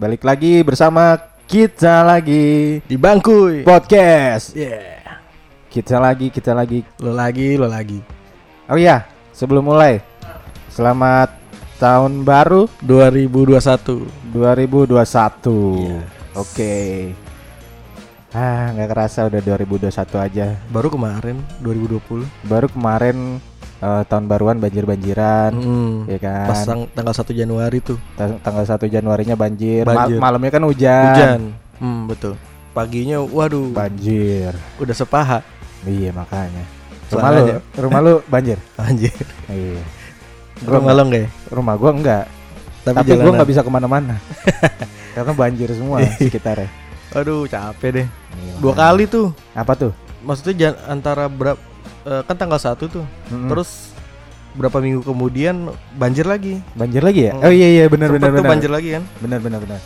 balik lagi bersama kita lagi di Bangkuy Podcast. Yeah. Kita lagi. Lo lagi. Oh iya, sebelum mulai, selamat tahun baru 2021. Yes. Oke. Nggak kerasa udah 2021 aja. Baru kemarin 2020. Baru kemarin tahun baruan banjir-banjiran, ya kan? Pas tanggal 1 Januari tuh. Tanggal 1 Januarinya banjir. Banjir. Malamnya kan hujan. Betul. Paginya waduh Banjir. udah sepaha. Iya makanya. Soalnya Rumah lu banjir? Anjir. Iya. Rumah lo enggak ya? Rumah gua enggak. Tapi gua nggak bisa kemana-mana. Karena banjir semua sekitarnya. Aduh capek deh. Iya, 2 kali tuh. Apa tuh? Maksudnya antara kan tanggal 1 tuh. Terus berapa minggu kemudian banjir lagi. Banjir lagi ya? Oh iya benar. Banjir lagi kan? Benar.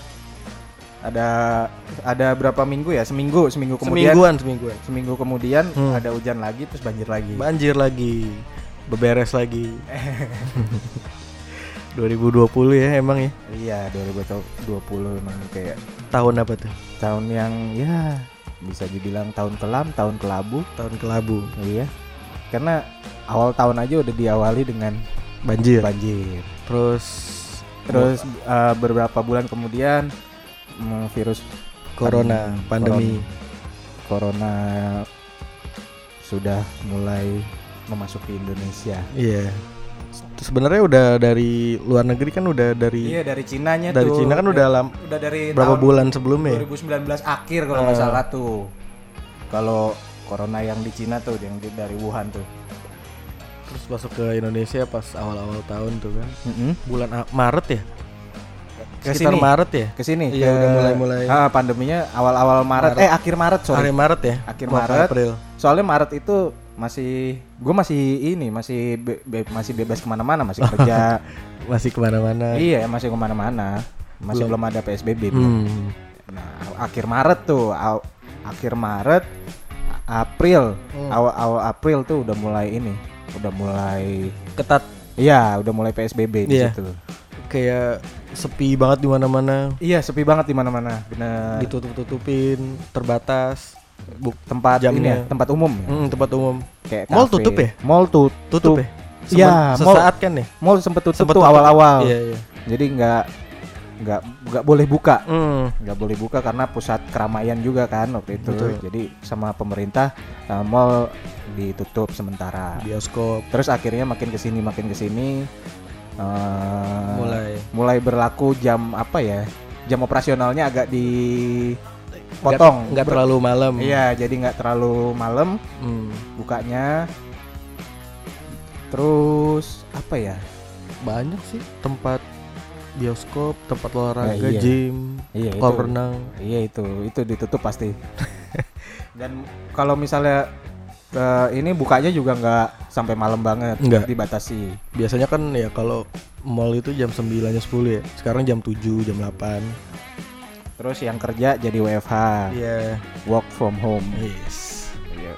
Ada berapa minggu ya? Seminggu kemudian. Seminggu kemudian ada hujan lagi terus banjir lagi. Beberes lagi. 2020 ya emang ya. Iya, 2020 emang kayak tahun apa tuh? Tahun yang ya bisa dibilang tahun kelam, tahun kelabu. Iya. Karena awal tahun aja udah diawali dengan banjir. Terus beberapa bulan kemudian virus pandemi corona sudah mulai memasuki Indonesia. Iya. Sebenarnya udah dari luar negeri kan udah dari. Iya, dari Cinanya dari tuh. Cina kan udah dari berapa bulan sebelumnya? 2019 akhir kalau nggak salah tuh. Kalau corona yang di Cina tuh, yang dari Wuhan tuh. Terus masuk ke Indonesia pas awal-awal tahun tuh kan. Bulan Maret ya? Sekitar Maret ya? Kesini. Iya, udah mulai. Pandeminya awal-awal Maret. Akhir Maret, sorry. Akhir Maret ya? Akhir Maret. April. Soalnya Maret itu masih bebas kemana-mana, masih kerja. Masih kemana-mana. Iya, masih kemana-mana. Masih belum ada PSBB. Nah, akhir Maret, April, awal April tuh udah mulai ketat. Iya, udah mulai PSBB di situ. Kayak sepi banget di mana-mana. Iya, sepi banget di mana-mana. Bener. Ditutup-tutupin, terbatas. Tempat jamnya. Ini ya, tempat umum. Tempat umum. Kayak mall cafe. tutup ya? Mall tutup ya? Iya, sesaat kan ya? Mall sempet tutup awal-awal. Iya. Jadi nggak boleh buka. Nggak boleh buka karena pusat keramaian juga kan waktu itu. Betul. Jadi sama pemerintah mall ditutup sementara. Bioskop. Terus akhirnya makin kesini mulai berlaku jam operasionalnya agak dipotong. Nggak terlalu malam. Iya, jadi nggak terlalu malam bukanya. Terus banyak sih tempat bioskop, tempat olahraga, iya. Gym, kolam renang. Iya, itu ditutup pasti. Dan kalau misalnya ini bukanya juga nggak sampai malam banget, dibatasi. Biasanya kan ya kalau mall itu jam 9 jam 10 ya. Sekarang jam 7, jam 8. Terus yang kerja jadi WFH. Iya. Work from home. Yes. Iya.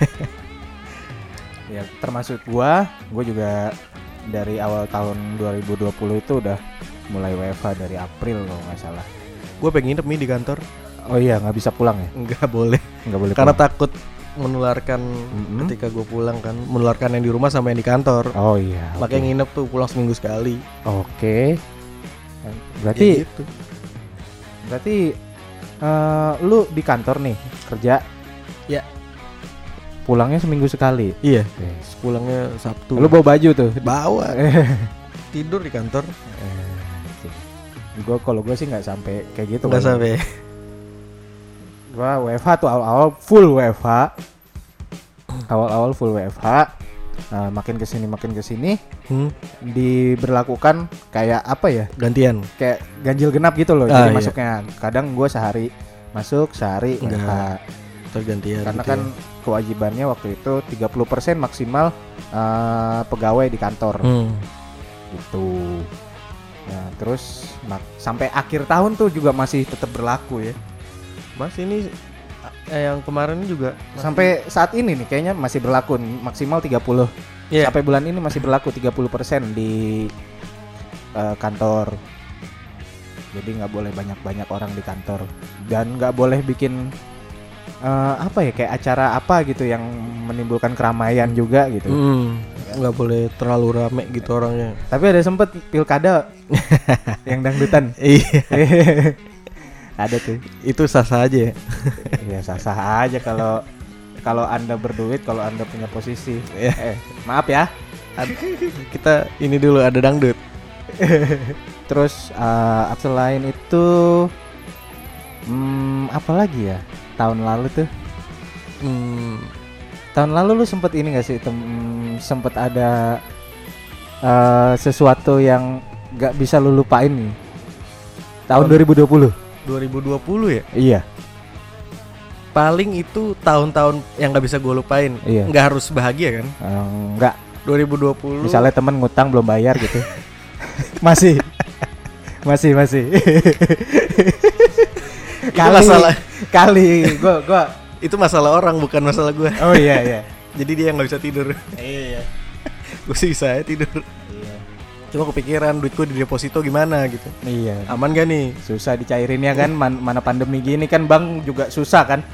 Ya termasuk gua juga dari awal tahun 2020 itu udah mulai WFH dari April kalau nggak salah. Gue pengen nginep di kantor. Oh iya, nggak bisa pulang ya? Nggak boleh. Karena takut menularkan ketika gue pulang kan, menularkan yang di rumah sama yang di kantor. Oh iya. Makanya nginep tuh pulang seminggu sekali. Oke. Berarti gitu. Lu di kantor nih kerja? Ya. Pulangnya seminggu sekali? Iya. Pulangnya Sabtu. Lu bawa baju tuh? Bawa. Tidur di kantor. Kalau gue sih nggak sampai kayak gitu. Nggak sampai. Gua WFH tuh awal-awal full WFH. Makin kesini diberlakukan kayak gantian, kayak ganjil genap gitu loh. Jadi masuknya kadang gue sehari masuk, sehari WFH. Tergantian karena gitu kan kewajibannya waktu itu 30% maksimal pegawai di kantor gitu. Nah terus sampai akhir tahun tuh juga masih tetap berlaku ya. Mas ini yang kemarin juga sampai saat ini nih kayaknya masih berlaku maksimal 30. Sampai bulan ini masih berlaku 30% di kantor. Jadi nggak boleh banyak orang di kantor dan nggak boleh bikin kayak acara apa gitu yang menimbulkan keramaian juga gitu. Nggak boleh terlalu rame gitu orangnya. Tapi ada sempet pilkada yang dangdutan. Iya. Ada tuh. Itu sah-sah aja ya. Iya sah-sah aja kalau Anda berduit, kalau Anda punya posisi. Maaf ya. Kita ini dulu ada dangdut. Terus selain itu apa lagi ya? Tahun lalu tuh. Tahun lalu lu sempet ini gak sih? Sempet ada sesuatu yang gak bisa lu lupain nih. Tahun 2020. 2020 ya? Iya. Paling itu tahun-tahun yang gak bisa gue lupain. Iya. Gak harus bahagia kan? Enggak. 2020. Misalnya temen ngutang belum bayar gitu. masih. Kali gua itu masalah orang bukan masalah gue. Oh iya. Jadi dia nggak bisa tidur. Iya. Gue sih bisa tidur. Iya. Cuma kepikiran duitku di deposito gimana gitu. Iya. Aman gak nih? Susah dicairinnya kan, mana pandemi gini kan bank juga susah kan.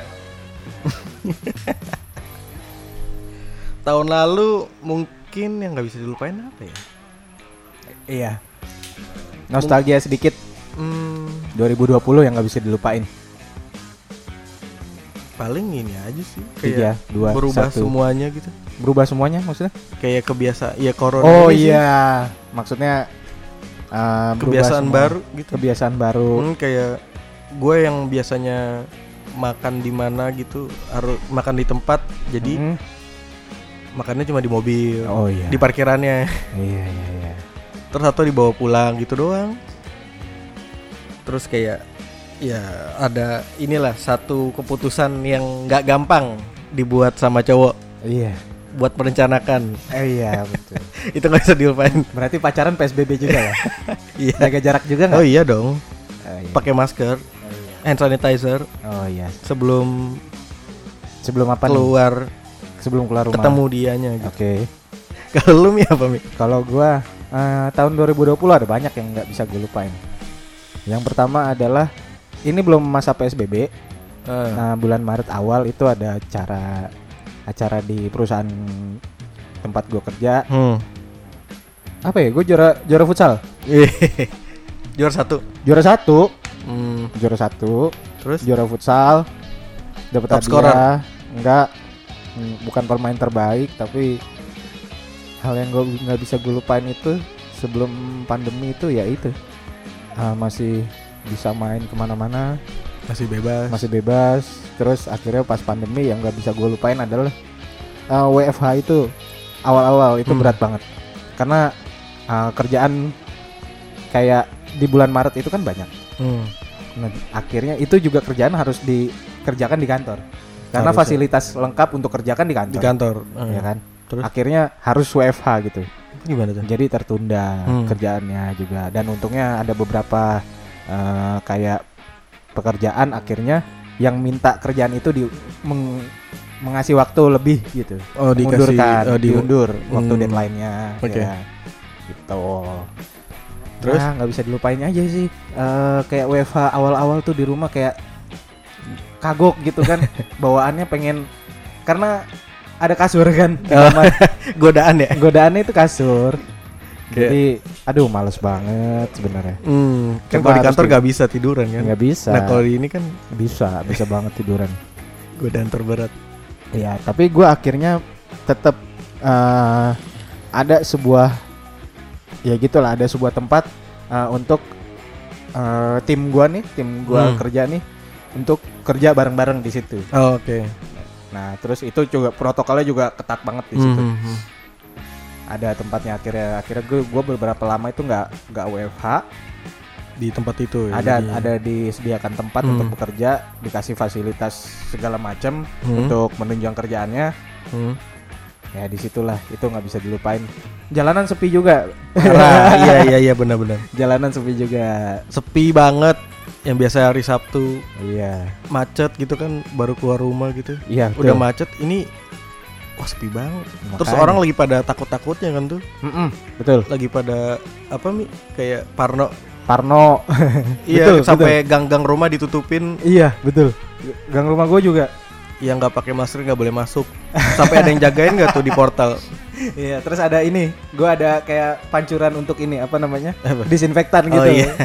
Tahun lalu mungkin yang nggak bisa dilupain apa ya? Iya. Nostalgia sedikit. 2020 yang nggak bisa dilupain. Paling ini aja sih. Kayak 3, 2, berubah 1. semuanya gitu. Berubah semuanya maksudnya? Kayak kebiasaan. Ya corona. Oh iya. Maksudnya kebiasaan baru gitu. Kebiasaan baru. Kayak gue yang biasanya makan di mana gitu harus makan di tempat. Jadi makannya cuma di mobil. Oh iya. Di parkirannya. Iya. Terus atau dibawa pulang gitu doang. Terus kayak ya ada inilah satu keputusan yang nggak gampang dibuat sama cowok. Iya. Buat merencanakan. Iya betul. Itu nggak bisa dilupain. Berarti pacaran PSBB juga ya? Iya. Jaga jarak juga nggak? Oh iya dong. Iya. Pakai masker. Hand sanitizer. Oh iya. Sebelum apa keluar. nih? Sebelum keluar rumah. Ketemu dianya. Gitu. Oke. Kalau lu apa Mi? Kalau gua tahun 2020 ada banyak yang nggak bisa gue lupain. Yang pertama adalah ini belum masa PSBB. Nah, bulan Maret awal itu ada acara di perusahaan tempat gue kerja. Apa ya? Gue juara futsal. Juara satu. Juara satu. Terus juara futsal. Dapat top scorer. Enggak. Bukan pemain terbaik, tapi hal yang gue nggak bisa gue lupain itu sebelum pandemi itu ya itu. Masih bisa main kemana-mana, masih bebas. Terus akhirnya pas pandemi yang nggak bisa gue lupain adalah WFH itu awal-awal itu berat banget karena kerjaan kayak di bulan Maret itu kan banyak. Nah, akhirnya itu juga kerjaan harus dikerjakan di kantor karena fasilitas lengkap untuk kerjakan di kantor. Ya kan. Terus? Akhirnya harus WFH gitu. Gimana tuh? Jadi tertunda kerjaannya juga dan untungnya ada beberapa kayak pekerjaan akhirnya yang minta kerjaan itu mengasih waktu lebih gitu. Oh, diundur waktu deadline-nya. Oke. Ya, gitu. Terus nggak bisa dilupain aja sih. Kayak WFH awal-awal tuh di rumah kayak kagok gitu kan. Bawaannya pengen karena ada kasur kan di kamar. Godaannya itu kasur. Jadi aduh males banget sebenarnya. Kan kalau di kantor gak bisa tiduran kan? Gak bisa. Nah kalau di ini kan bisa banget tiduran. Godaan terberat. Ya tapi gue akhirnya tetap ada sebuah ya gitulah, ada sebuah tempat untuk tim gue kerja nih untuk kerja bareng-bareng di situ. Oh, oke. Nah terus itu juga protokolnya juga ketat banget di situ. Ada tempatnya akhirnya gue beberapa lama itu nggak WFH di tempat itu. Ya, ada disediakan tempat untuk bekerja, dikasih fasilitas segala macam untuk menunjang kerjaannya. Ya disitulah itu nggak bisa dilupain. Jalanan sepi juga. Iya benar-benar. Jalanan sepi juga. Sepi banget. Yang biasa hari Sabtu. Iya. Macet gitu kan, baru keluar rumah gitu. Iya. Udah macet ini, wah sepi banget. Makanya. Terus orang lagi pada takut-takutnya kan tuh. Betul. Lagi pada apa Mi? Kayak parno. Parno. Iya, Betul, sampai gang-gang rumah ditutupin. Iya, betul. Gang rumah gue juga. Yang nggak pakai masker nggak boleh masuk. Sampai ada yang jagain nggak tuh di portal? Iya, terus ada ini, gue ada kayak pancuran untuk ini apa namanya? Apa? Disinfektan gitu. Oh iya.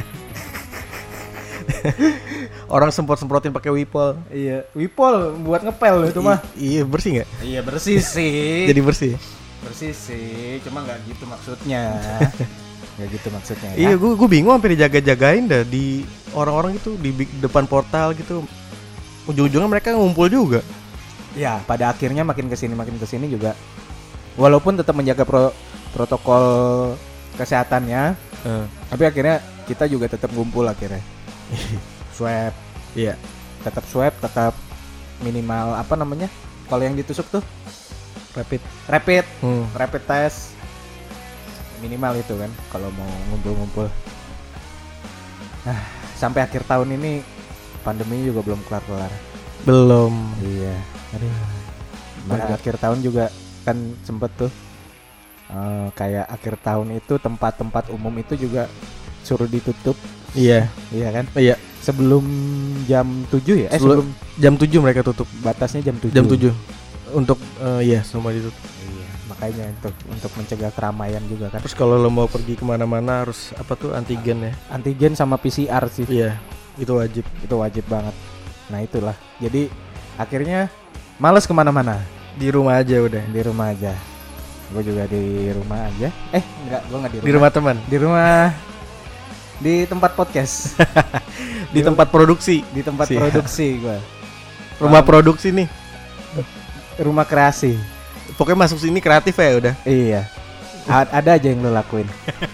Orang semprotin pakai Wipol. Iya, Wipol buat ngepel itu mah. Iya, bersih nggak? Iya, bersih sih. Jadi bersih. Bersih sih, cuma nggak gitu maksudnya. Nggak gitu maksudnya ya. Iya, gue bingung sampai dijaga-jagain dah di orang-orang gitu di depan portal gitu. Ujung-ujungnya mereka ngumpul juga. Ya, pada akhirnya makin kesini juga. Walaupun tetap menjaga protokol kesehatannya, tapi akhirnya kita juga tetap ngumpul akhirnya. Swab, Iya. tetap swab, tetap minimal apa namanya? Kalau yang ditusuk tuh rapid test minimal itu kan kalau mau ngumpul-ngumpul. Nah, sampai akhir tahun ini pandemi juga belum kelar-kelar. Belum. Iya. Aduh. Pada akhir tahun juga kan sempet tuh kayak akhir tahun itu tempat-tempat umum itu juga suruh ditutup. Iya. Iya kan? Iya. Sebelum jam 7 ya? Sebelum jam 7 mereka tutup. Batasnya jam 7. Jam 7. Untuk iya semua ditutup. Iya, makanya untuk mencegah keramaian juga kan. Terus kalau lo mau pergi kemana-mana harus apa tuh antigen ya? Antigen sama PCR sih. Iya, itu wajib. Itu wajib banget. Nah itulah. Jadi akhirnya males kemana-mana. Di rumah aja udah. Di rumah aja. Gue juga di rumah aja. Enggak, gue nggak di rumah. Di rumah teman. Di rumah. Di tempat podcast. Di tempat produksi. Di tempat produksi gue. Rumah produksi nih. Rumah kreasi. Pokoknya masuk sini kreatif ya udah. Iya. Ada aja yang lo lakuin.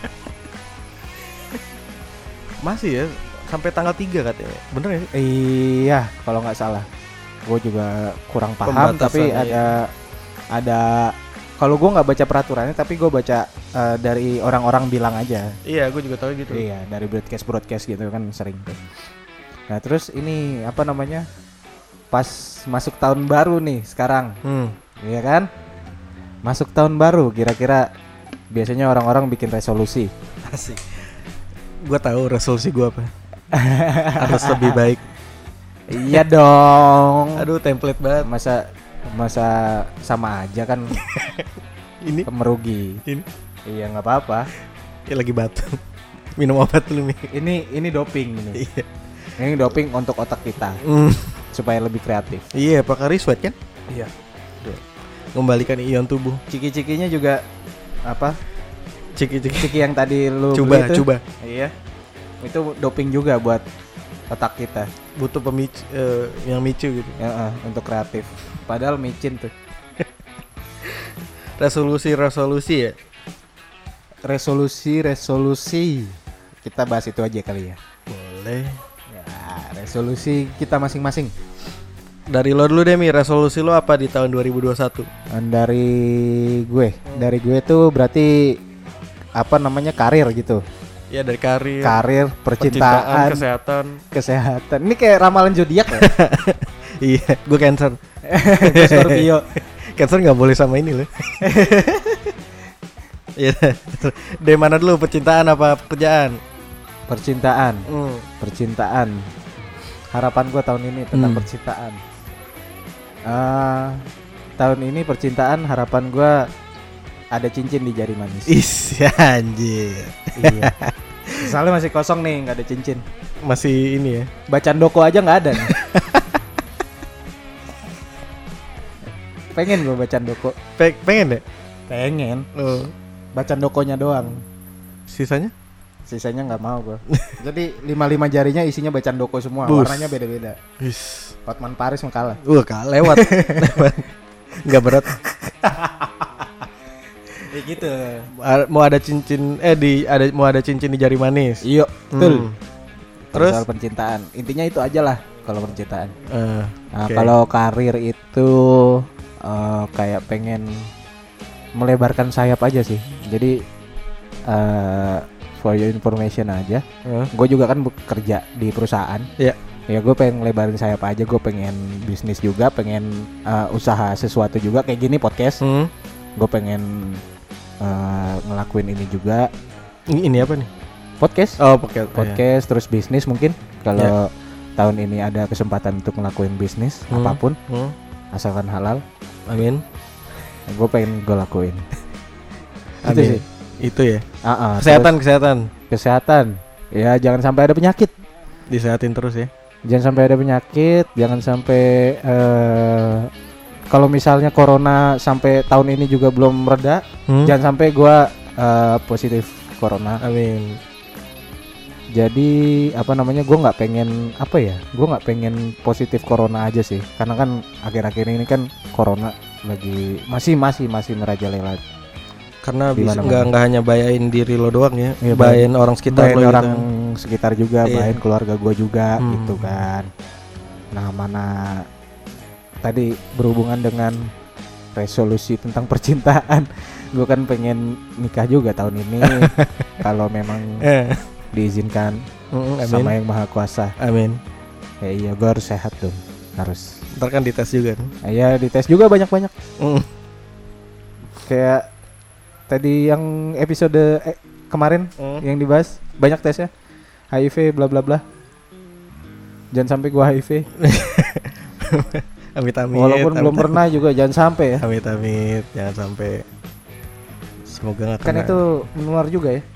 Masih ya sampai tanggal 3 katanya. Bener ya? Iya, kalau nggak salah. Gue juga kurang paham, tapi ada kalau gue nggak baca peraturannya, tapi gue baca dari orang-orang bilang aja. Iya, gue juga tahu gitu. Iya, dari broadcast gitu kan sering tuh. Nah terus ini apa namanya? Pas masuk tahun baru nih sekarang, iya kan? Masuk tahun baru, kira-kira biasanya orang-orang bikin resolusi. Asik. Gue tahu resolusi gue apa. Harus lebih baik. Iya dong. Aduh, template banget. Masa sama aja kan. Ini merugi. Ini. Iya nggak apa-apa. Ya lagi batuk. Minum obat dulu nih. Ini doping ini. Iya. Ini doping untuk otak kita. Supaya lebih kreatif. Iya, pakai sweat kan? Iya. Mengembalikan ion tubuh. Ciki-cikinya juga apa? Ciki yang tadi lu coba. Iya. Itu doping juga buat otak kita. Butuh pemicu yang micu gitu. Untuk kreatif. Padahal micin tuh. Resolusi ya. Resolusi. Kita bahas itu aja kali ya. Boleh. Ya, resolusi kita masing-masing. Dari lo dulu deh Mi, resolusi lo apa di tahun 2021? Dari gue tuh berarti apa namanya karir gitu. Ya dari karir, percintaan, kesehatan. Ini kayak ramalan zodiak ya? Iya, gue Cancer. Scorpio. Cancer nggak boleh sama ini loh. Iya. Dari mana dulu, percintaan apa pekerjaan? Percintaan. Harapan gue tahun ini tentang percintaan. Tahun ini percintaan, harapan gue ada cincin di jari manis. Anjir. Iya. Soalnya masih kosong nih, nggak ada cincin. Masih ini ya. Bacaan doko aja nggak ada nih. Pengen gue bacaan doko. Pengen deh. Pengen. Bacaan dokonya doang. Sisanya nggak mau gue. Jadi 5 jarinya isinya bacaan doko semua. Bus. Warnanya beda-beda. Hotman Paris mau kalah. Lewat. Nggak berat. Ya gitu. Mau ada cincin mau ada cincin di jari manis. Iya, betul. Terus soal percintaan. Intinya itu aja lah kalau percintaan. Okay. Kalau karir itu kayak pengen melebarkan sayap aja sih. Jadi for your information aja. Gue juga kan bekerja di perusahaan. Iya. Ya gue pengen lebarin sayap aja. Gue pengen bisnis juga, pengen usaha sesuatu juga kayak gini podcast. Gue pengen ngelakuin ini juga. Ini apa nih? podcast. Oh, podcast. Podcast terus bisnis mungkin kalau tahun ini ada kesempatan untuk ngelakuin bisnis apapun asalkan halal. Amin. Gue pengen gue lakuin. Amin. Itu ya. Kesehatan. Ya jangan sampai ada penyakit. Disehatin terus ya. Jangan sampai ada penyakit. Jangan sampai kalau misalnya corona sampai tahun ini juga belum reda, jangan sampai gue positif corona. Amin. Jadi gue nggak pengen positif corona aja sih, karena kan akhir-akhir ini kan corona lagi masih merajalela. Karena bisa nggak hanya bayain diri lo doang ya, bayain orang sekitar lo, orang sekitar juga, bayain keluarga gue juga gitu kan. Nah mana tadi berhubungan dengan resolusi tentang percintaan, gue kan pengen nikah juga tahun ini kalau memang diizinkan sama yang maha kuasa. Amin. Ya iya, gue harus sehat dong, harus. Ntar kan dites juga kan? Iya, dites juga banyak-banyak. Kayak tadi yang episode kemarin yang dibahas banyak tesnya, HIV bla bla bla. Jangan sampai gue HIV. Amit. Walaupun belum pernah juga jangan sampai ya. Amit, jangan sampai. Semoga gak kena. Kan itu menular juga ya.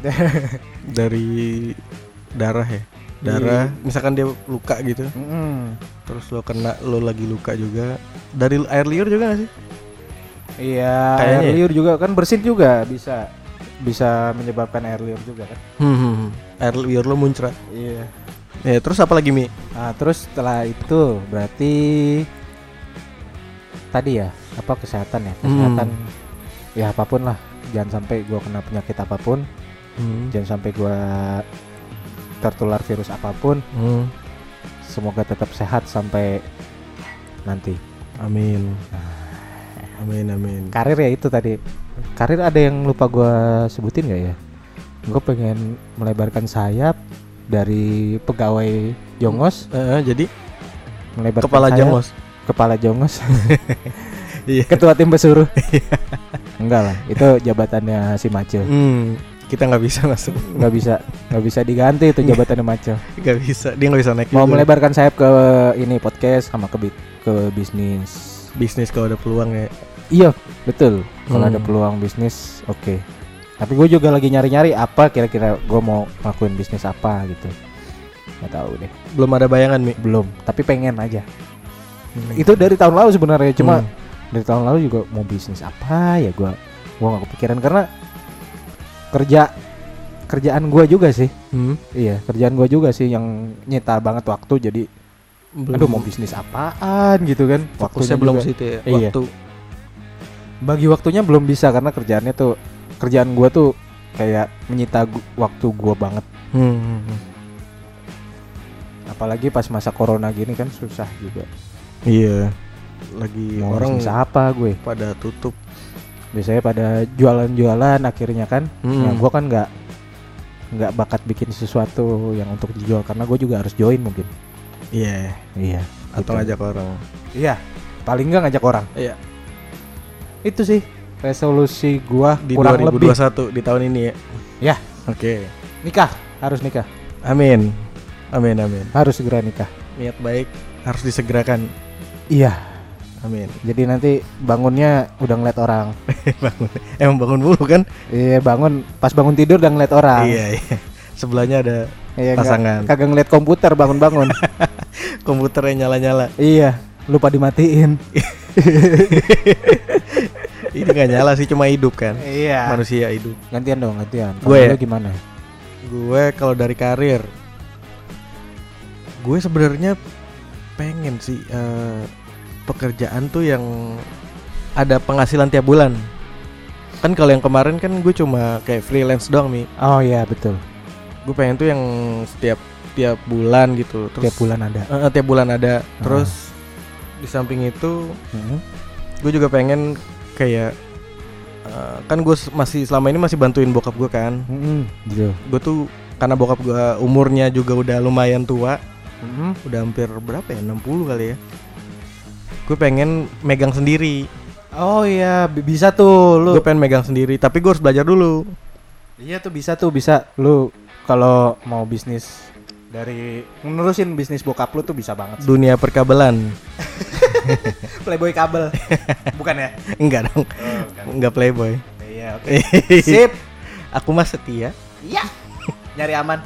Dari darah ya. Darah, misalkan dia luka gitu. Terus lo kena, lo lagi luka juga. Dari air liur juga gak sih? Iya, air liur juga kan, bersin juga bisa menyebabkan air liur juga kan. Air liur lo muncrat. Iya. Ya, terus apa lagi Mi? Nah, terus setelah itu berarti tadi ya, apa kesehatan ya? Kesehatan ya apapun lah. Jangan sampai gue kena penyakit apapun. Jangan sampai gue tertular virus apapun. Semoga tetap sehat sampai nanti. Amin. Amin. Karir ya itu tadi. Karir ada yang lupa gue sebutin gak ya? Gue pengen melebarkan sayap dari pegawai Jongos. Jadi melebarkan kepala sayap, kepala Jongos. Ketua tim pesuruh. Enggak lah, itu jabatannya si Macil. Kita nggak bisa masuk. Nggak bisa diganti itu jabatannya Macil. Nggak bisa, dia nggak bisa naik. Mau juga melebarkan sayap ke ini podcast sama ke bisnis kalau ada peluang ya. Iya betul, kalau ada peluang bisnis oke. Tapi gue juga lagi nyari-nyari apa kira-kira gue mau ngelakuin bisnis apa gitu. Nggak tahu deh. Belum ada bayangan Mi? Belum. Tapi pengen aja. Itu dari tahun lalu sebenarnya, cuma dari tahun lalu juga mau bisnis apa ya gue nggak kepikiran karena kerjaan gue juga sih. Iya, kerjaan gue juga sih yang nyita banget waktu, jadi aduh mau bisnis apaan gitu kan. Waktunya belum situ ya. Waktu. Bagi waktunya belum bisa karena kerjaan gue tuh kayak menyita waktu gue banget. Apalagi pas masa corona gini kan susah juga. Iya. Lagi mau orang bisa apa gue pada tutup. Biasanya pada jualan akhirnya kan. Nah, gue kan nggak bakat bikin sesuatu yang untuk dijual karena gue juga harus join mungkin. Iya. Atau ngajak orang. Iya. Paling nggak ngajak orang. Iya. Itu sih resolusi gua di kurang 2021 lebih di tahun ini ya. Ya. Oke. Nikah, harus nikah. Amin. Harus segera nikah. Niat baik harus disegerakan. Iya. Amin. Jadi nanti bangunnya udah ngeliat orang. Emang bangun mulu kan? Iya, pas bangun tidur udah ngeliat orang. Iya. Sebelahnya ada pasangan. Kagak ngeliat komputer bangun-bangun. Komputernya nyala-nyala. Iya, lupa dimatiin. Ini gak nyala sih, cuma hidup kan. Iya. Manusia hidup. Gantian. Gue ya? Gimana? Gue kalau dari karir, gue sebenarnya pengen sih pekerjaan tuh yang ada penghasilan tiap bulan. Kan kalau yang kemarin kan gue cuma kayak freelance doang Mi. Oh iya betul. Gue pengen tuh yang tiap bulan gitu. Terus tiap bulan ada. Tiap bulan ada. Terus di samping itu gue juga pengen kayak kan gue selama ini masih bantuin bokap gue kan. Gitu. Gue tuh karena bokap gue umurnya juga udah lumayan tua. Udah hampir berapa ya, 60 kali ya. Gue pengen megang sendiri. Oh iya, bisa tuh lu. Gue pengen megang sendiri, tapi gue harus belajar dulu. Iya tuh bisa. Lu kalau mau bisnis dari menerusin bisnis bokap lu tuh bisa banget. Dunia perkabelan. Playboy kabel. Bukan ya? Enggak dong. Enggak playboy. Iya, oke. Sip. Aku mah setia. Iya. Nyari aman.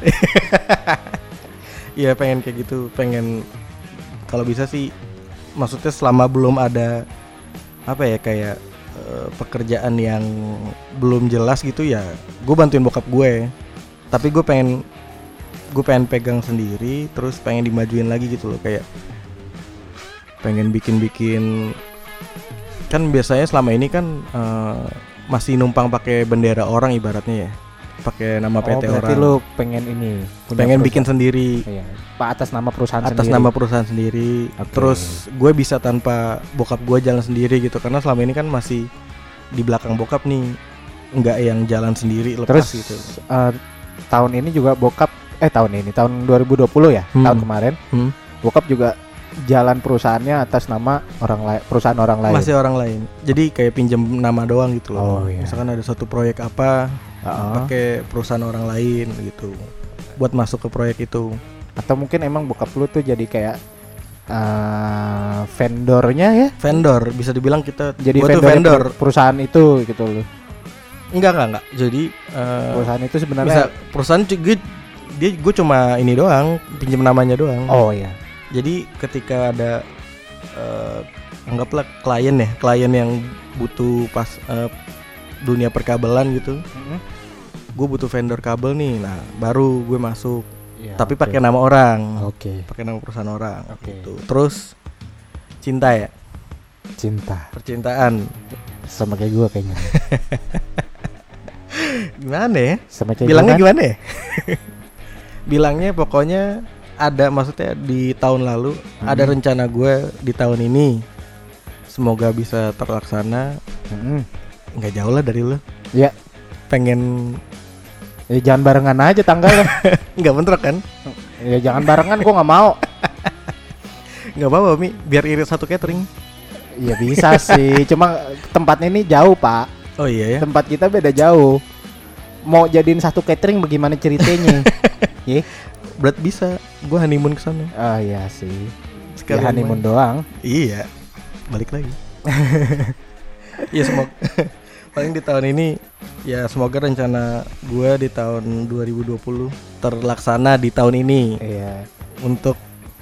Iya pengen kayak gitu, pengen kalau bisa sih, maksudnya selama belum ada apa ya kayak pekerjaan yang belum jelas gitu ya, gue bantuin bokap gue. Tapi gue pengen pegang sendiri, terus pengen dimajuin lagi gitu loh, kayak pengen bikin kan biasanya selama ini kan masih numpang pakai bendera orang ibaratnya ya. Pakai nama PT orang. Berarti lu pengen ini. Pengen bikin sendiri. Iya. Pak atas nama perusahaan atas sendiri. nama perusahaan sendiri. Okay. Terus gue bisa tanpa bokap gue jalan sendiri gitu, karena selama ini kan masih di belakang bokap nih, nggak yang jalan sendiri lepas. Terus, gitu. Tahun ini juga bokap tahun 2020 ya, tahun kemarin. Bokap juga jalan perusahaannya atas nama perusahaan orang lain. Masih orang lain. Jadi kayak pinjam nama doang gitu loh. Oh, iya. Misalkan ada suatu proyek apa, pakai perusahaan orang lain gitu, buat masuk ke proyek itu. Atau mungkin emang bokap lu tuh jadi kayak vendornya ya? Vendor, bisa dibilang kita jadi vendor perusahaan itu gitu loh. Enggak. Jadi perusahaan itu sebenarnya perusahaan gue cuma ini doang, pinjam namanya doang. Oh iya. Jadi ketika ada anggaplah klien yang butuh pas dunia perkabelan gitu, gue butuh vendor kabel nih, nah baru gue masuk. Ya, tapi pakai nama orang, pakai nama perusahaan orang, gitu. Terus cinta ya, percintaan sama kayak gue kayaknya. Gimana ya? Bilangnya kan? Gimana ya? Bilangnya pokoknya ada, maksudnya di tahun lalu ada rencana gue di tahun ini, semoga bisa terlaksana. Nggak jauh lah dari lo. Ya. Pengen. Ya jangan barengan aja tanggalnya. Nggak bentrok kan? Ya jangan barengan, gue nggak mau. Nggak apa-apa Mi, biar irit satu catering. Iya bisa sih, cuma tempatnya ini jauh pak. Oh iya ya. Tempat kita beda jauh. Mau jadiin satu catering bagaimana ceritanya? Ye? Berat bisa, gue honeymoon ke sana. Oh iya sih. Sekalian honeymoon doang. Iya. Balik lagi. Iya semoga paling di tahun ini ya, semoga rencana gue di tahun 2020 terlaksana di tahun ini. Iya. Untuk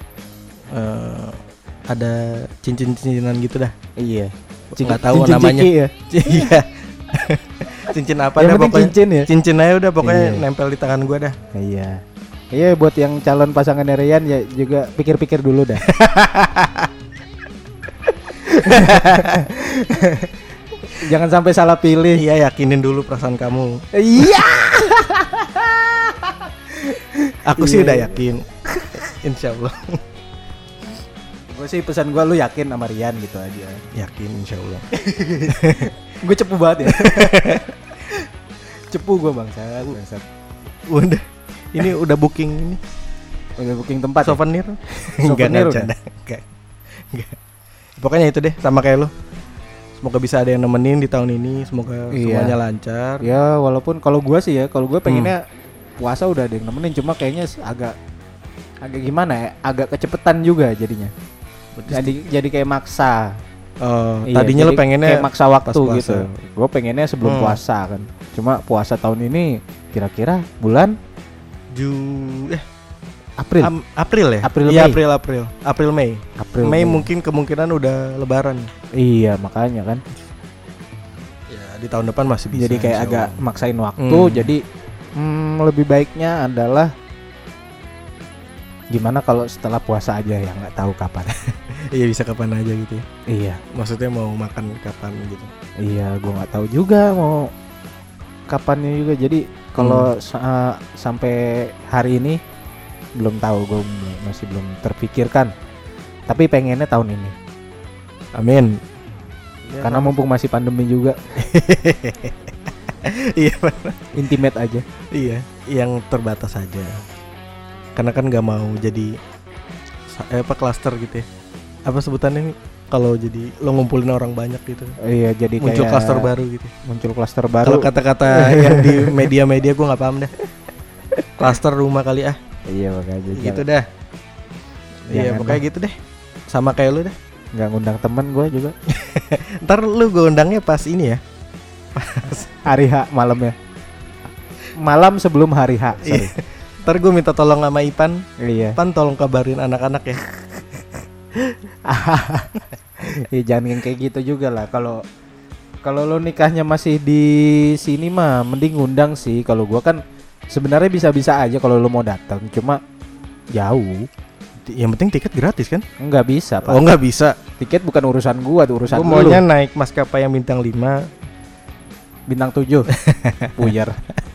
ada cincin-cincinan gitu dah. Iya. Nggak tahu namanya. Ya? Iya. Cincin apa dah pokoknya. Cincin ya. Cincin aja udah pokoknya nempel di tangan gue dah. Iya. Iya buat yang calon pasangan Rian ya juga pikir-pikir dulu dah. Jangan sampai salah pilih. Iya, yakinin dulu perasaan kamu. Iya. Aku sih udah yakin. Insyaallah. Gue sih pesan gue, lu yakin sama Rian gitu aja. Yakin insyaallah. Gue cepu banget ya. Cepu gue bangsat. Udah. Ini udah booking ini. Udah booking tempat. Souvenir. Souvenir udah. Enggak. Pokoknya itu deh, sama kayak lu. Semoga bisa ada yang nemenin di tahun ini. Semoga semuanya lancar. Ya walaupun kalau gue sih ya, kalau gue pengennya puasa udah ada yang nemenin, cuma kayaknya agak gimana ya, agak kecepetan juga jadinya. Jadi kayak maksa. Tadinya lu pengennya kayak maksa waktu gitu. Gue pengennya sebelum puasa kan. Cuma puasa tahun ini kira-kira bulan April ya? April Mei mungkin kemungkinan udah lebaran. Iya makanya kan. Ya di tahun depan masih bisa. Jadi kayak agak maksain waktu. Jadi lebih baiknya adalah gimana kalau setelah puasa aja ya, nggak tahu kapan. Iya bisa kapan aja gitu ya. Iya. Maksudnya mau makan kapan gitu. Iya gue nggak tahu juga mau kapannya juga. Jadi kalau sampai hari ini belum tahu, gue masih belum terpikirkan. Tapi pengennya tahun ini. Amin. Karena mumpung masih pandemi juga. Iya. Intimate aja. Iya. Yang terbatas aja. Karena kan nggak mau jadi klaster gitu ya. apa sebutannya nih? Kalau jadi lo ngumpulin orang banyak gitu. Iya, jadi muncul kayak klaster baru gitu. Muncul klaster baru. Kalau kata-kata yang di media-media gue nggak paham dah. Klaster rumah kali ah. Iya makanya gitu dah. Iya pokoknya gitu deh. Sama kayak lu dah. Nggak ngundang teman gue juga. Ntar lu gue undangnya pas ini ya. Pas hari H malamnya. Malam sebelum hari H. Sorry. Ntar gue minta tolong sama Ipan. Iya. Ipan tolong kabarin anak-anak ya. Ya jangan yang kayak gitu juga lah. Kalau lo nikahnya masih di sini mah mending ngundang sih. Kalau gua kan sebenarnya bisa-bisa aja kalau lo mau datang, cuma jauh. Yang penting tiket gratis kan? Nggak bisa, Pak. Oh, nggak bisa. Tiket bukan urusan gua, tuh urusan gua maunya naik maskapai yang bintang 5, bintang 7. Puyer.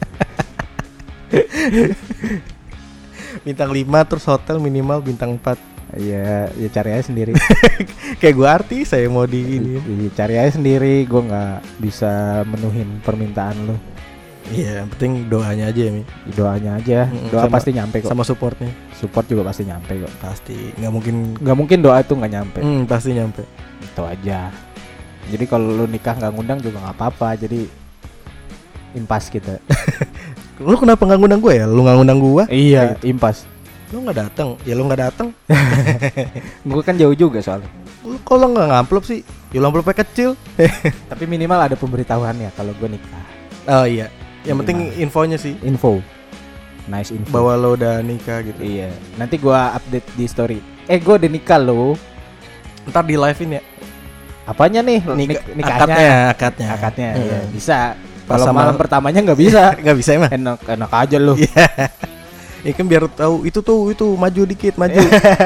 Bintang 5 terus hotel minimal bintang 4. Iya, ya cari aja sendiri. Kayak gue artis saya mau di ini. Iya, cari aja sendiri. Gue nggak bisa menuhin permintaan lo. Iya, yang penting doanya aja ya, Mi. Doanya aja. Doa pasti nyampe kok. Sama supportnya. Support juga pasti nyampe kok. Pasti. Nggak mungkin doa itu nggak nyampe. Pasti nyampe. Itu aja. Jadi kalau lu nikah nggak ngundang juga nggak apa-apa. Jadi impas kita. Lu kenapa nggak ngundang gue ya? Lu nggak ngundang gue? Iya, impas. Lu nggak datang, ya lu nggak datang. Gue kan jauh juga soalnya. Lu kalau nggak ngamplop sih, ya lu amplopnya kecil. Tapi minimal ada pemberitahuannya kalau gue nikah. Oh iya, yang penting infonya sih. Info, nice info. Bahwa lo udah nikah gitu. Iya. Nanti gue update di story. Gue udah nikah lo. Ntar di live-in ya. Apanya nih? Nikahnya. Akadnya. Iya, bisa. Kalau malam pertamanya nggak bisa. Nggak bisa emang. Enak aja lo. Ya kan biar tahu itu maju dikit maju.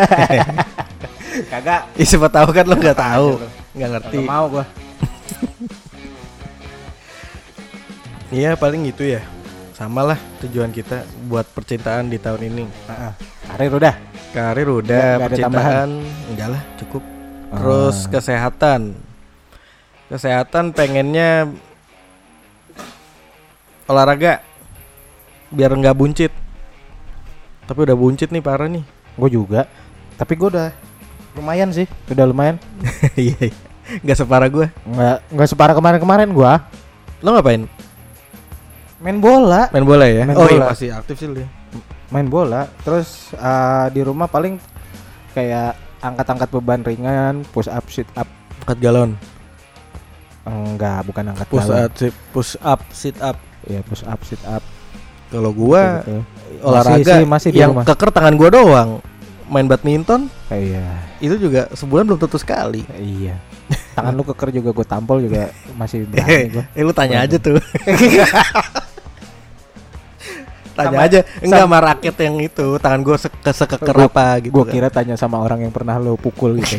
Kagak. Ya siapa tahu kan lo nggak tahu, nggak ngerti. Gak mau gua. Iya paling gitu ya. Samalah tujuan kita buat percintaan di tahun ini. Karir udah. Gak Percintaan enggak lah, cukup. Terus kesehatan pengennya olahraga biar nggak buncit. Tapi udah buncit nih parah nih. Gue juga. Tapi gue udah lumayan sih. Udah lumayan. Iya. Gak separah gue. Nggak separah kemarin gue. Lo ngapain? Main bola ya? Iya masih aktif sih dia. Main bola. Terus di rumah paling kayak angkat-angkat beban ringan, push up, sit up. Angkat galon? Enggak, bukan angkat galon. Push up, sit up. Iya, push up, sit up. Kalau gua gitu. Olahraga masih yang keker tangan gua doang. Main badminton. Iya. Itu juga sebulan belum tentu sekali. Iya. Tangan lu keker juga gua tampol juga masih berani gua. Lu tanya aja tuh. Tanya aja. Enggak sama raket yang itu. Tangan gua sekeker apa gitu. Gua kira tanya sama orang yang pernah lu pukul gitu.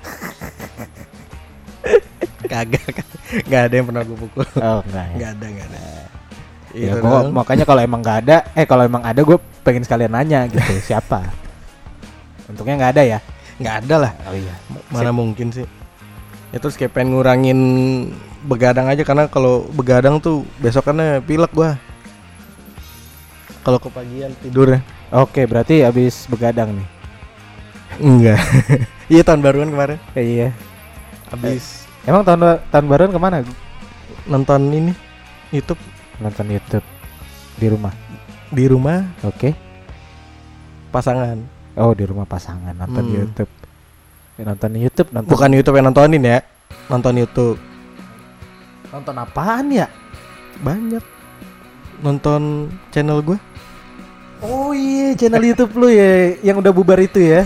Kagak. Enggak ada yang pernah gua pukul. Oh, enggak. Enggak ada. Ya gua makanya kalau emang nggak ada, kalau emang ada gue pengen sekalian nanya gitu siapa. Untungnya nggak ada ya. Nggak ada lah. Oh iya. Mana mungkin sih. Ya terus kayak pengen ngurangin begadang aja karena kalau begadang tuh besokannya pilek gua. Kalau kepagian tidurnya. Oke, berarti abis begadang nih. Enggak. Iya tahun baruan kemarin. Iya. Abis. Emang tahun baruan kemana? Nonton ini YouTube. Nonton YouTube di rumah. Di rumah. Oke. Pasangan. Oh, di rumah pasangan nonton YouTube. Nonton YouTube. Bukan YouTube yang nontonin ya. Nonton YouTube. Nonton apaan ya? Banyak. Nonton channel gue. Oh iya, channel YouTube lu ya, yang udah bubar itu ya.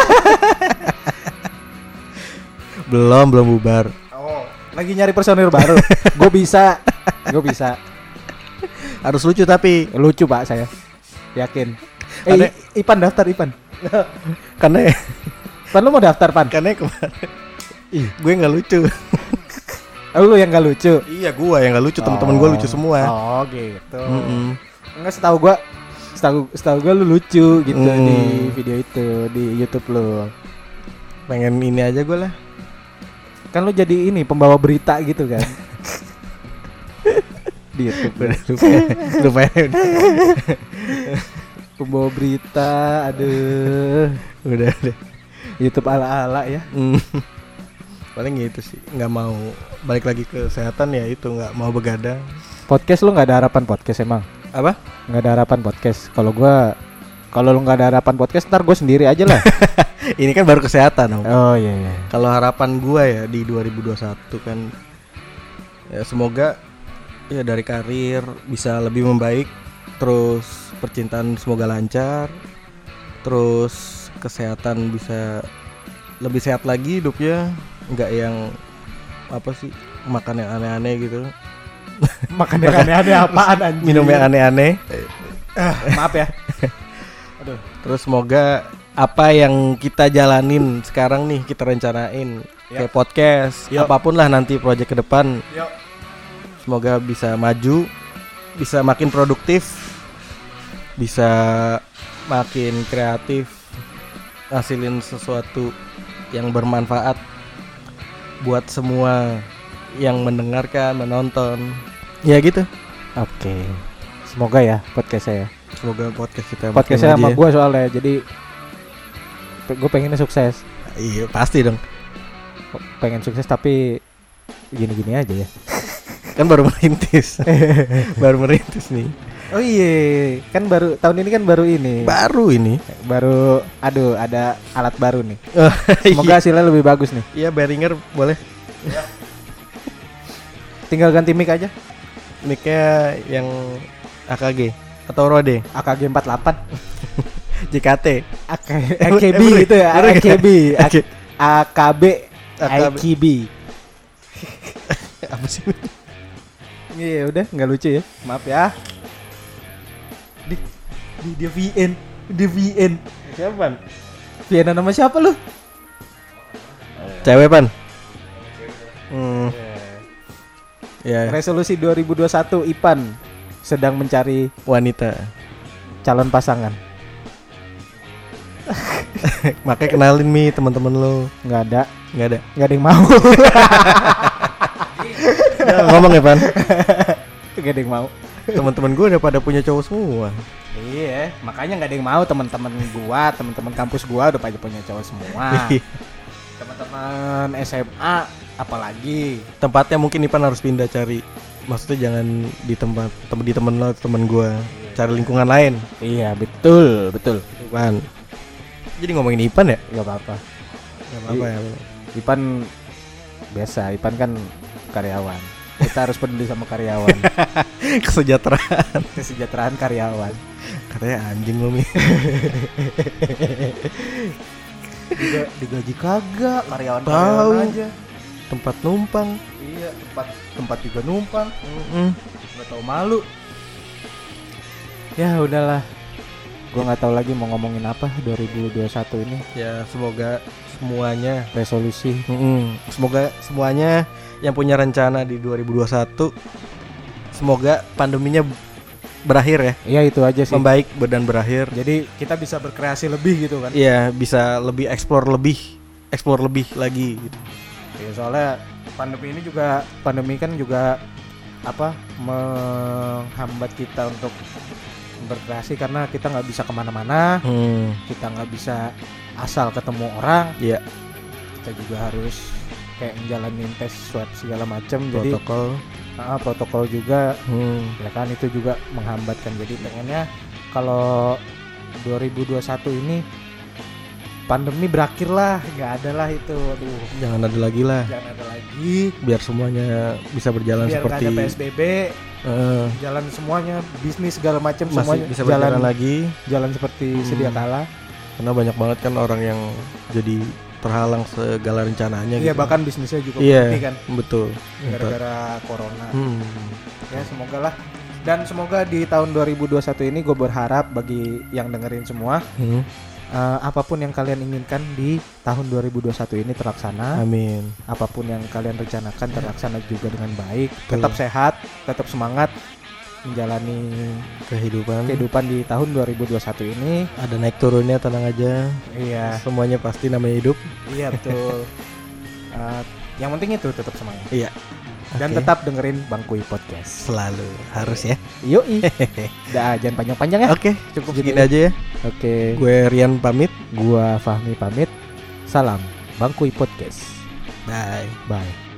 Belum bubar. Oh, lagi nyari personil baru. Gue bisa. Harus lucu tapi lucu Pak saya. Yakin. Ipan daftar Ipan. Karena Pan lu mau daftar Pan? Karena kemarin gue nggak lucu. Lu yang nggak lucu? Iya gue yang nggak lucu, teman-teman gue lucu semua. Oh gitu. Enggak, setahu gue lu lucu gitu di video itu di YouTube lu. Pengen ini aja gue lah. Kan lu jadi ini pembawa berita gitu kan. Di YouTube. Lupa. Pembawa berita, aduh. Udah. YouTube ala-ala ya. Paling gitu sih, nggak mau balik lagi ke kesehatan ya itu, nggak mau begadang. Podcast lu nggak ada harapan podcast emang? Apa? Nggak ada harapan podcast. Kalau lu nggak ada harapan podcast, ntar gue sendiri aja lah. Ini kan baru kesehatan, Om. Oh iya. Kalau harapan gua ya di 2021 kan, ya semoga ya dari karir bisa lebih membaik, terus percintaan semoga lancar, terus kesehatan bisa lebih sehat lagi hidupnya, nggak yang apa sih makan yang aneh-aneh gitu. Makan yang aneh-aneh apaan anjir? Minum yang aneh-aneh. Maaf ya. Aduh. Terus semoga apa yang kita jalanin sekarang nih kita rencanain kayak podcast, apapun lah nanti proyek ke depan. Semoga bisa maju, bisa makin produktif, bisa makin kreatif, hasilin sesuatu yang bermanfaat buat semua yang mendengarkan, menonton. Ya gitu. Oke. Semoga ya podcast saya. Semoga podcast kita podcast saya sama gue soalnya, jadi gue pengennya sukses. Iya pasti dong. Pengen sukses tapi gini-gini aja ya. Kan baru merintis. Baru merintis nih. Oh iya, kan baru tahun ini kan baru ini. Baru aduh ada alat baru nih. Semoga hasilnya lebih bagus nih. Iya, Behringer boleh. Tinggal ganti mic aja. Mic-nya yang AKG atau Rode? AKG 48. JKT. AKB itu ya, AKB. AKB. AKB. Apa sih? Iya udah nggak lucu ya, maaf ya. Dia VN. Siapa? VN nama siapa lu? Cewek pan. Ya. Resolusi 2021 Ipan sedang mencari wanita calon pasangan. Makanya kenalin Mi teman-teman lo. Nggak ada yang mau. Ngomong ya pan. Nggak ada yang mau. Teman-teman gue udah pada punya cowok semua. Iya, makanya nggak ada yang mau. Teman-teman kampus gua udah pada punya cowok semua. Teman-teman SMA apalagi. Tempatnya mungkin Ipan harus pindah cari. Maksudnya jangan di temen lo, temen gue. Cari lingkungan lain. Iya, betul. Ipan. Jadi ngomongin Ipan ya? Gak apa-apa ya. Ipan biasa, Ipan kan karyawan. Kita harus peduli sama karyawan. Kesejahteraan karyawan. Katanya anjing lo Mi. Digaji kagak, karyawan aja. Tempat numpang. Iya, tempat juga numpang. Nggak tahu malu. Ya udahlah. Gua nggak tahu lagi mau ngomongin apa 2021 ini. Ya semoga semuanya resolusi. Semoga semuanya yang punya rencana di 2021 semoga pandeminya berakhir ya. Iya itu aja sih. Membaik dan berakhir. Jadi kita bisa berkreasi lebih gitu kan. Iya, bisa lebih explore lebih lagi gitu. Ya soalnya pandemi kan juga menghambat kita untuk berkreasi karena kita nggak bisa kemana-mana, kita nggak bisa asal ketemu orang. Iya. Kita juga harus kayak ngejalanin tes swab segala macam. Protokol. Jadi protokol juga, ya kan itu juga menghambatkan. Jadi pengennya kalau 2021 ini pandemi berakhir lah, nggak ada lah itu. Aduh, jangan ada lagi. Biar semuanya bisa berjalan biar seperti ada PSBB, jalan semuanya, bisnis segala macam semuanya bisa berjalan lagi, jalan seperti sedia kala. Karena banyak banget kan orang yang jadi terhalang segala rencananya. Iya, gitu. Bahkan bisnisnya juga berhenti kan. Betul. Gara-gara corona. Ya semoga lah. Dan semoga di tahun 2021 ini gue berharap bagi yang dengerin semua, apapun yang kalian inginkan di tahun 2021 ini terlaksana. Amin. Apapun yang kalian rencanakan terlaksana juga dengan baik. Tetap sehat, tetap semangat menjalani kehidupan di tahun 2021 ini. Ada naik turunnya, tenang aja. Iya. Semuanya pasti namanya hidup. Iya betul. Yang penting itu tetap semangat. Iya. Dan tetap dengerin Bangkui Podcast. Selalu harus ya. Yoi. Jangan panjang-panjang ya. Oke, cukup segini aja ya. Oke. Gue Rian pamit. Gua Fahmi pamit. Salam Bangkuy Podcast. Bye. Bye.